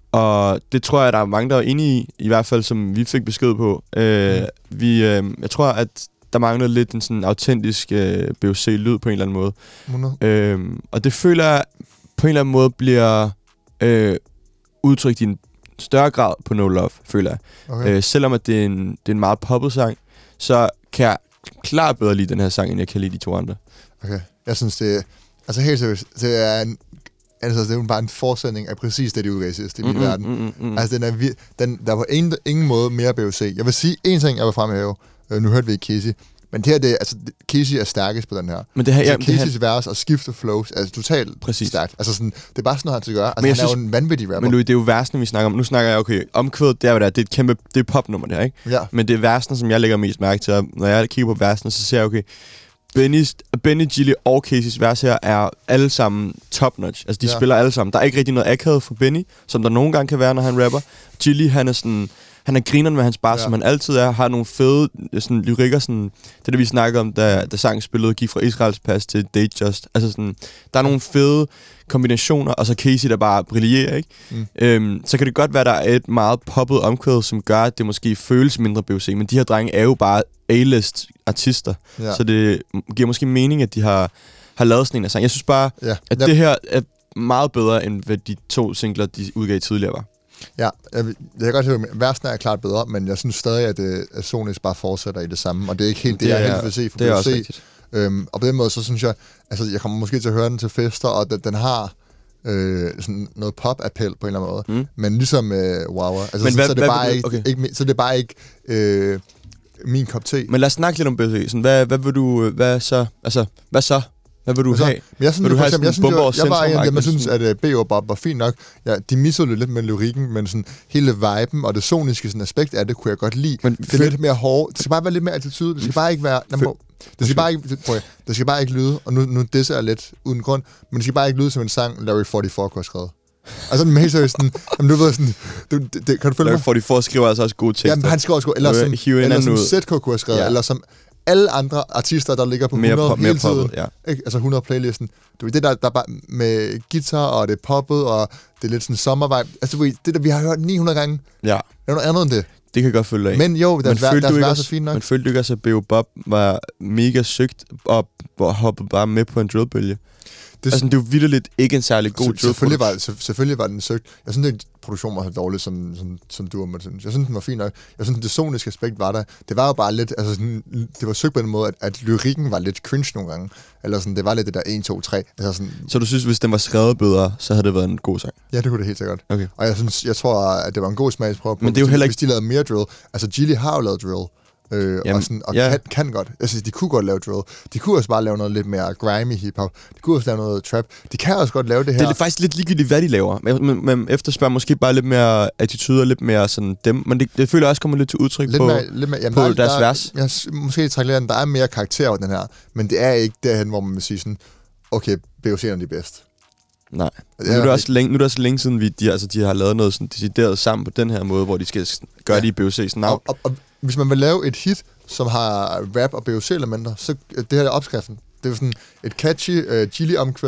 og det tror jeg, der er mange, der er inde i, i hvert fald som vi fik besked på. Øh, Mm. vi, øh, jeg tror, at der manglede lidt en sådan autentisk øh, B O C-lyd på en eller anden måde. hundrede. Øhm, og det føler jeg på en eller anden måde bliver øh, udtrykt i en større grad på No Love, føler jeg. Okay. Øh, selvom at det er, en, det er en meget poppet sang, så kan jeg klart bedre lide den her sang, end jeg kan lide de to andre. Okay. Jeg synes, det er... Altså helt seriøst, det er en... Altså, det er jo bare en forsætning af præcis det, de udgav sidst i min Mm-mm, verden. mm-mm, mm. Altså, den er vir- den, der er på ingen, ingen måde mere B O C. Jeg vil sige en ting, jeg vil fremhæve. Øh, nu hørte vi ikke Casey. Men det her, det er, altså, Casey er stærkest på den her. Men det her, Altså, ja, det her, Caseys vers og skifte flows er altså, totalt Præcis. stærkt. Altså, sådan, det er bare sådan noget, han skal gøre. Altså, Men han jeg er synes- jo en vanvittig rapper. men Louis, det er jo versene, vi snakker om. Nu snakker jeg, okay, omkvædet, det er jo der, det er et kæmpe, det er popnummer der, ikke? Ja. Men det er versene, som jeg lægger mest mærke til. Og når jeg kigger på versene, så ser jeg, okay, Benny's, Benny, Gilly og Caseys vers her er alle sammen top-notch. Altså, de Ja. ja. spiller alle sammen. Der er ikke rigtig noget akavet for Benny, som der nogle gange kan være, når han rapper. Gilly, han er sådan... Han er grineren med hans bar, Ja. ja. som han altid er. Har nogle fede sådan, lyrikker. Sådan, det er det, vi snakker om, da, da sangen spillede, gik fra Israels pas til Date Just. Altså sådan, der er nogle fede kombinationer, og så Casey, der bare brillerer, ikke? Mm. Øhm, så kan det godt være, der er et meget poppet omkvæd, som gør, at det måske føles mindre B O C, men de her drenge er jo bare A-list artister, Ja. ja. så det giver måske mening, at de har, har lavet sådan en af sang. Jeg synes bare, Ja. at Ja. det her er meget bedre, end hvad de to singler, de udgav tidligere var. Ja, jeg, vil- jeg kan godt høre, at versen er klart bedre, men jeg synes stadig, at, øh, at Sonis bare fortsætter i det samme, og det er ikke helt det, Det jeg er- helst vil se for Det er B O C. også rigtigt. Øhm, og på den måde, så synes jeg, altså jeg kommer måske til at høre den til fester, og den, den har øh, sådan noget pop-appel på en eller anden måde. Mm. Men ligesom øh, wow, altså, Men så, hvad- så, er det hvad bare vil du- ikke, okay. ikke, så er det bare ikke øh, min kop te. Men lad os snakke lidt om B O C. Sådan, hvad, hvad vil du, hvad så, altså, hvad så? Hvad vil du Altså, have? Men jeg synes, Vil du for have eksempel, jeg, sådan synes, Bomber jeg, jeg var en af dem, Centrum-agtigt, jeg synes, sådan- at uh, B O Bob var fint nok. Ja, de missede jo lidt med lyrikken, men sådan hele viben og det soniske sådan, aspekt af det, kunne jeg godt lide. Men Det er lidt mere hårdt. Det skal bare være lidt mere attitude. Det skal bare ikke være... Jamen, Føl- det skal bare ikke, det, prøv, at- det skal bare ikke lyde, og nu, nu disser jeg lidt uden grund, men det skal bare ikke lyde som en sang, Larry fireogfyrre kunne have skrevet. Altså, den helt seriøst, sådan, jamen, du ved sådan, du, det, det, kan du følge Larry mig? fireogfyrre skriver altså også gode tekster. Jamen, han skal også gå, eller Nu som, hiver en eller anden som ud. Z K kunne have skrevet, Ja. eller som alle andre artister, der ligger på mere, hundrede pop, mere hele tiden. poppet, ja. Ikke? Altså hundrede playlisten. Du ved, det der, der er bare med guitar, og det er poppet, og det er lidt sådan sommervibe. Altså, du ved, det der, vi har hørt ni hundrede gange. Ja, Det er noget andet end det. det kan jeg godt følge dig af. Men jo, deres, Men ver, følte deres du ikke vers er også, fint nok. men følte du ikke også, at B O Bob var mega søgt og, og hoppede bare med på en drillbølge? Det, Altså, det er jo vitterligt ikke en særlig god så, drill. selvfølgelig, var, så, selvfølgelig var den søgt. Jeg synes ikke, produktionen var så dårlig, som, som, som du var. Jeg synes, den var fin nok. Jeg synes, det soniske aspekt var der. Det var jo bare lidt, altså sådan, det var søgt på den måde, at, at lyrikken var lidt cringe nogle gange. Eller sådan, det var lidt det der en, to, tre. Altså sådan, Så du synes, hvis den var skrevet bedre, så havde det været en god sang? ja, det kunne det helt sikkert. Okay. Og jeg synes, jeg tror, at det var en god smagsprøve på, Men det er jo hvis de- heller ikke- hvis de lavede mere drill. Altså, Gilly har jo lavet drill. Øh, Jamen, og sådan, og ja. kan, kan godt. Altså, de kunne godt lave drill. De kunne også bare lave noget lidt mere grimy hiphop. De kunne også lave noget trap. De kan også godt lave det her. Det er faktisk lidt ligegyldigt, hvad de laver. Men, men, men efterspørger måske bare lidt mere attitude og lidt mere sådan dem. Men det, det føler jeg også kommer lidt til udtryk lidt på... mere, lidt mere, jamen, på der, er- deres der, vers. Jeg s- måske trækker lidt, der er mere karakter over den her, men det er ikke derhen, hvor man vil sige sådan, okay, B O C'erne er de bedst. Nej. Det Nu er er, det ikke- også længe, nu er det også længe siden, vi, de, altså, de har lavet noget sådan decideret sammen på den her måde, hvor de skal s- gøre Ja. det i B O C's navn. Og, og, og hvis man vil lave et hit, som har rap og B O C-elementer, så øh, det her er opskriften. Det er jo sådan et catchy uh, Gilly-omkvæd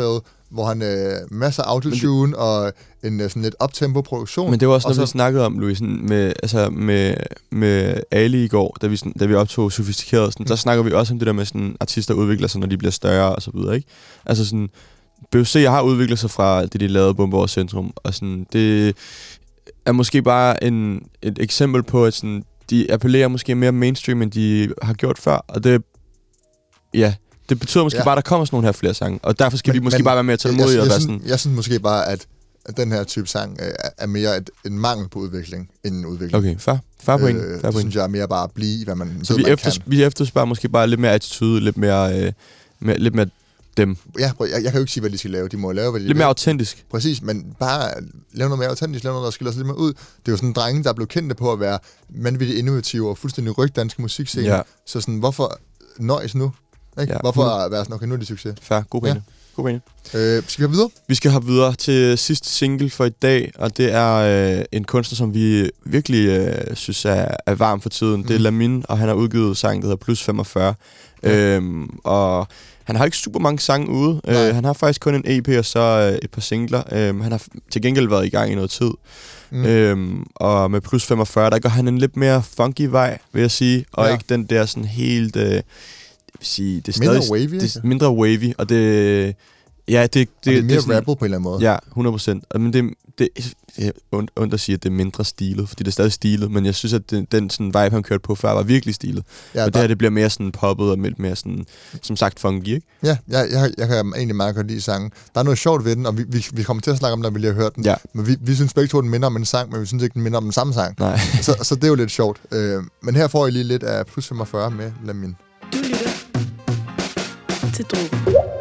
hvor han øh, masser af autotune det, og en sådan lidt uptempo-produktion. Men det var også, når så, vi snakkede om, Louis, sådan med, altså med, med Ali i går, da vi, sådan, da vi optog Sofistikeret, sådan, mm. der snakker vi også om det der med, sådan artister udvikler sig, når de bliver større og så videre, ikke? Altså sådan, B O C har udviklet sig fra det, de lavede Bombe over Centrum, og sådan, det er måske bare en, et eksempel på, at sådan, de appellerer måske mere mainstream, end de har gjort før, og det, ja, det betyder måske ja. bare, at der kommer sådan nogle her flere sange, og derfor skal men, vi måske men, bare være mere tålmodige. Jeg, jeg, jeg, sådan, jeg synes måske bare, at, at den her type sang øh, er mere et, en mangel på udvikling, end en udvikling. Okay, fair. Fair point. Øh, fair det synes jeg er mere bare at blive, hvad man Så ved, vi, man efter, kan. vi efterspørger måske bare lidt mere attitude, lidt mere, øh, mere, lidt mere dem. Ja, jeg, jeg kan jo ikke sige, hvad de skal lave. De må lave, hvad de Lidt vil. mere autentisk. Præcis, men bare lave noget mere autentisk, lave noget, der skiller sig lidt mere ud. Det er jo sådan en drenge, der er blevet kendte på at være vanvittigt innovative og fuldstændig ryg danske musikscene. Ja. Så sådan, hvorfor nøjes nu? Ikke? Ja. Hvorfor at være sådan, okay, nu er det succes? Fair, god pointe. Ja. God pointe. Øh, skal vi have videre? Vi skal have videre til sidste single for i dag, og det er øh, en kunstner, som vi virkelig øh, synes er, er varm for tiden. Mm. Det er Lamin, og han har udgivet sang, der hedder Plus femogfyrre. Ja. Øhm, og han har ikke super mange sange ude. Øh, han har faktisk kun en E P og så øh, et par singler. Øh, han har til gengæld været i gang i noget tid. Mm. Øhm, og med Plus femogfyrre, der går han en lidt mere funky vej, vil jeg sige. Og ja. ikke den der sådan helt... Øh, sige, det er mindre stadig, wavy, det er mindre wavy, og det... Ja, det, det, det er mere det er sådan, rappel på en eller anden måde. Ja, hundrede procent. Men det, det er ondt, ondt at sige, at det er mindre stilet, fordi det er stadig stilet, men jeg synes, at det, den sådan vibe, han kørte på før, var virkelig stilet. Ja, og det her, det bliver mere sådan poppet og lidt mere sådan, som sagt, funky, ikke? Ja, jeg, jeg, jeg kan egentlig meget godt lide sangen. Der er noget sjovt ved den, og vi, vi, vi kommer til at snakke om den, når vi lige har hørt den. Ja. Men vi, vi synes begge to, den minder om en sang, men vi synes ikke, den minder om den samme sang. Nej. så, så det er jo lidt sjovt. Øh, men her får I lige lidt af Plus femogfyrre med Lamin. Du lytter til Drogen.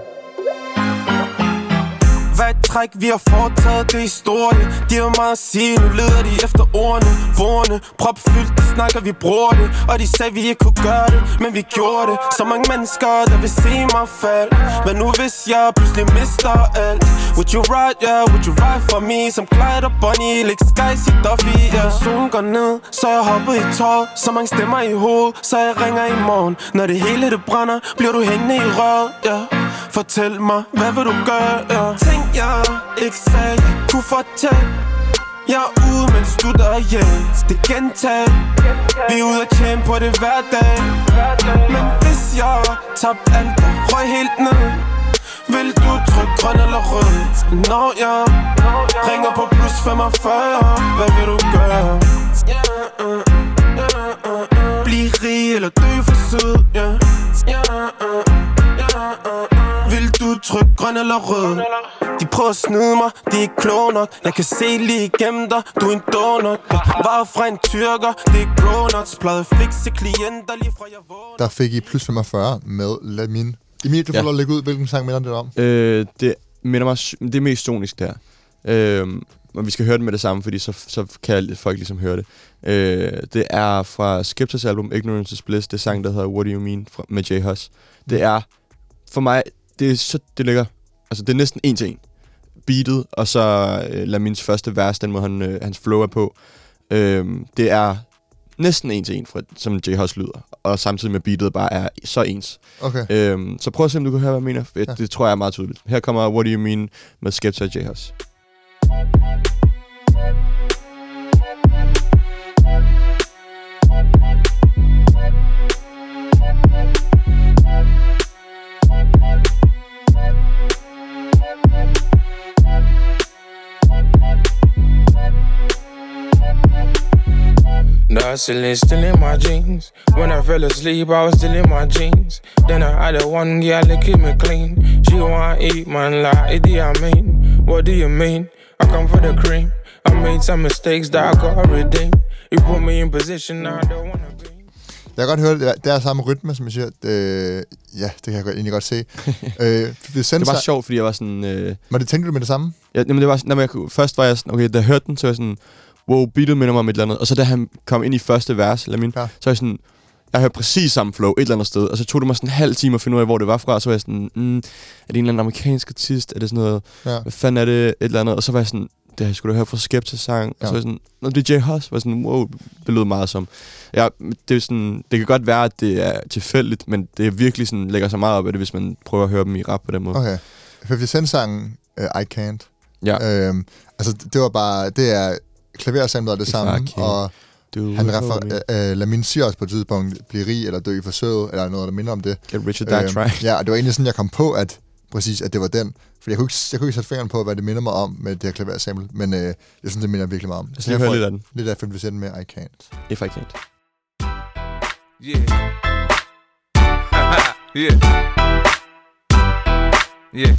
Hvad et træk, vi har foretaget, det er historie. De har meget at sige, nu leder de efter ordene. Vorene, propfyldt, det snakker, vi bruger det. Og de sagde, vi ikke kunne gøre det, men vi gjorde det. Så mange mennesker, der vil se mig falde. Men nu hvis jeg pludselig mister alt. Would you ride, yeah, would you ride for me? Som Clyde og Bonnie, læg skies i Duffy, yeah. Solen går ned, så jeg hopper i tåret. Så mange stemmer i hovedet, så jeg ringer i morgen. Når det hele det brænder, bliver du hængende i røret, yeah. Fortæl mig, hvad vil du gøre, yeah. Tænk jeg ikke sagde, jeg kunne fortælle. Jeg er ude, mens du derhjemme. Det gentag. Vi er ude at tjene på det hver dag. Men hvis jeg tabte alt, der røg helt ned, vil du trykke grøn eller rød? Når jeg ringer på plus femogfyrre, hvad vil du gøre? Bliv rig eller dø for sød, yeah. Vil du trykke grøn eller rød? De prøver at snyde mig, de er ikke kloge nok. Jeg kan se lige igennem dig, du er en donut. Jeg var fra en tyrker, det er grown-ups. Plejede fikse klienter lige fra jeg vågner. Der fik I Plus femogfyrre med Lamin. Emil, du får ja. lov at lægge ud, hvilken sang minder det om? Øh, det minder mig... Det er mest tonisk, der. Øh, og vi skal høre den med det samme, fordi så, så kan folk ligesom høre det. Øh, det er fra Skepta's album Ignorance is Bliss. Det er sang, der hedder What Do You Mean med J Hus. Det er... For mig... Det er så... Det ligger... Altså, det er næsten en til en. Beatet, og så øh, Lamins første vers, den måde han, øh, hans flow er på. Øh, det er næsten en til en, fra, som J Hus lyder. Og samtidig med beatet bare er så ens. Okay. Øh, så prøv at se, om du kan høre, hvad jeg mener. Det, ja. det tror jeg er meget tydeligt. Her kommer What Do You Mean med Skepta og J Hus. Hustling, still in my jeans. When I fell asleep, I was still in my jeans. Then I had a one girl that keep me clean. She wanna eat, man, like, do you mean? What do you mean? I come for the cream. I made some mistakes that I gotta redeem. You put me in position I don't wanna be. Jeg kan godt høre, det er samme rytme, som jeg siger. Øh, ja, det kan jeg egentlig godt se. øh, det, det var sjovt, fordi jeg var sådan... Øh... Men det tænkte du med det samme? Ja, jamen det var når jeg, først var jeg sådan, okay, da jeg hørte den, så var jeg sådan... Wow, beatet minder mig om et eller andet. Og så da han kom ind i første vers, Lamin, ja. så var jeg sådan... Jeg hørte præcis samme flow et eller andet sted. Og så tog det mig sådan en halv time at finde ud af, hvor det var fra. Og så var jeg sådan... Mm, er det en eller anden amerikansk artist? Er det sådan noget... Ja. Hvad fanden er det? Et eller andet. Og så var jeg sådan... Det har jeg sgu da hørt fra Skepta sang. Ja. Og så var jeg sådan... Nå, det er J Hus. var sådan... Wow, det lød meget som... Ja, det er sådan... Det kan godt være, at det er tilfældigt, men det er virkelig sådan... Lægger sig meget op af det, hvis man prøver at høre dem i rap på den måde. Okay. halvtreds Cent-sangen uh, I Can't. Ja. Øhm, altså, det var bare... Det er klaversamlet og det samme, og han refer, øh, Lamin siger også på et tidspunkt, blive rig eller dø i forsøget, eller noget, der minder om det. Get rich or die trying. Ja, og det var egentlig sådan, jeg kom på, at præcis, at det var den. For jeg kunne ikke, jeg kunne ikke sætte fingeren på, hvad det minder mig om med det her klaversample, men øh, jeg synes, det minder virkelig meget om. Så jeg hører lidt af den. Lidt af halvtreds Cent med I Can't. If I Can't. Yeah. Yeah. Yeah.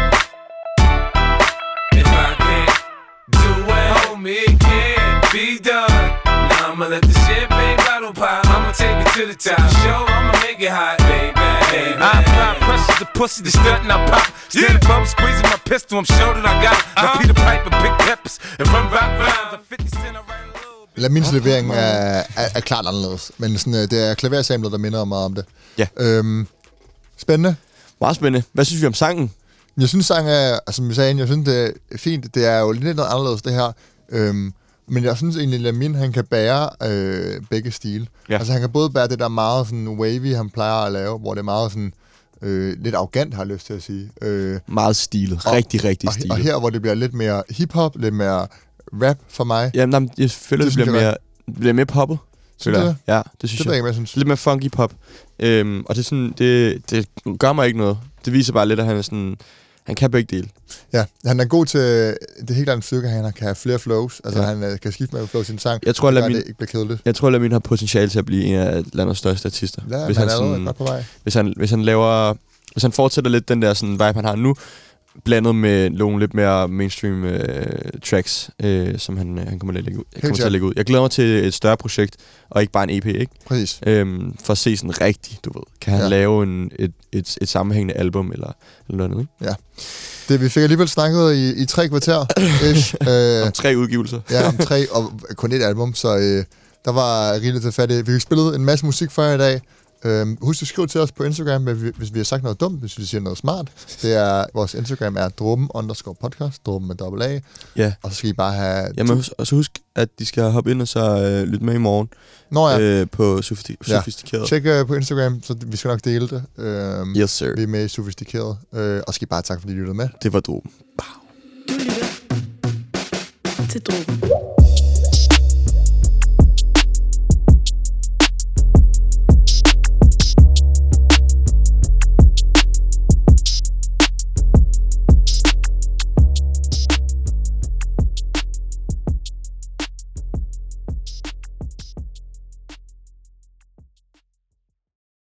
If I can't do it, homie, it can't be done. Now I'ma let the champagne bottle pop. I'ma take it to the top. Show, I'ma make it hot, baby. baby. I apply pressure to pussy, the stunt and I pop. Steady bum squeezing my pistol, I'm sure that I got it. My Peter Piper, big peppers, and run rock rhymes. I'm fifty cent, I write a little. Lamins levering er, er, er klart anderledes, men sådan, det er klaversamlet, der minder meget om det. Ja. Øhm, spændende. Meget spændende. Hvad synes vi om sangen? Jeg synes, sangen er, altså, som jeg sagde, jeg synes, det er fint. Det er jo lidt noget anderledes, det her. Øhm, men jeg synes egentlig, at Lamin, han kan bære øh, begge stile. Ja. Altså, han kan både bære det der meget sådan wavy, han plejer at lave, hvor det er meget sådan øh, lidt arrogant, har jeg lyst til at sige. Øh, meget stilet. Rigtig, og, rigtig og, stilet. Og her, hvor det bliver lidt mere hip-hop, lidt mere rap for mig. Jamen, jamen jeg føler, det, det bliver mere, bliver mere poppet. Synes du det? Ja, det synes det jeg. Ikke, jeg synes. Lidt mere funky pop. Øhm, og det, er sådan, det, det gør mig ikke noget. Det viser bare lidt, at han er sådan... Han kan begge dele. Ja, han er god til... Det er helt klart en stykke, han kan have flere flows. Altså, ja. han uh, kan skifte med flows i sin sang. Jeg tror, at Lamin, det ikke bliver kedeligt. Jeg tror, at Lamin har potentiale til at blive en af landets største artister. Ja, hvis han, han, han er sådan, godt på vej. Hvis han, hvis han laver... Hvis han fortsætter lidt den der sådan vibe, han har nu, blandet med nogle lidt mere mainstream øh, tracks, øh, som han, han kommer, til at, lægge ud. kommer til at lægge ud. Jeg glæder mig til et større projekt, og ikke bare en E P, ikke? Præcis. Øhm, for at se sådan rigtigt, du ved. Kan han ja. lave en, et, et, et sammenhængende album, eller, eller noget andet, ikke? Ja. Det, vi fik alligevel snakket i, i tre kvarter. øh, om tre udgivelser. Ja, om tre, og kun et album, så øh, der var rigeligt til fat i. Vi fik spillet en masse musik for jer i dag. Øhm, husk at skrive til os på Instagram, hvis vi har sagt noget dumt, hvis vi siger noget smart. Det er, vores Instagram er dråben underscore podcast, dråben med dobbelt A. Ja. Og så skal I bare have... Jamen, husk, og så husk, at de skal hoppe ind og så øh, lytte med i morgen. Nå ja. Øh, på Sofistikeret. Ja. Tjek øh, på Instagram, så vi skal nok dele det. Øhm, yes, sir. Vi er med i Sofistikeret. Øh, og skal I bare tak, fordi I lyttede med. Det var dråben. Du lytter til Dråben.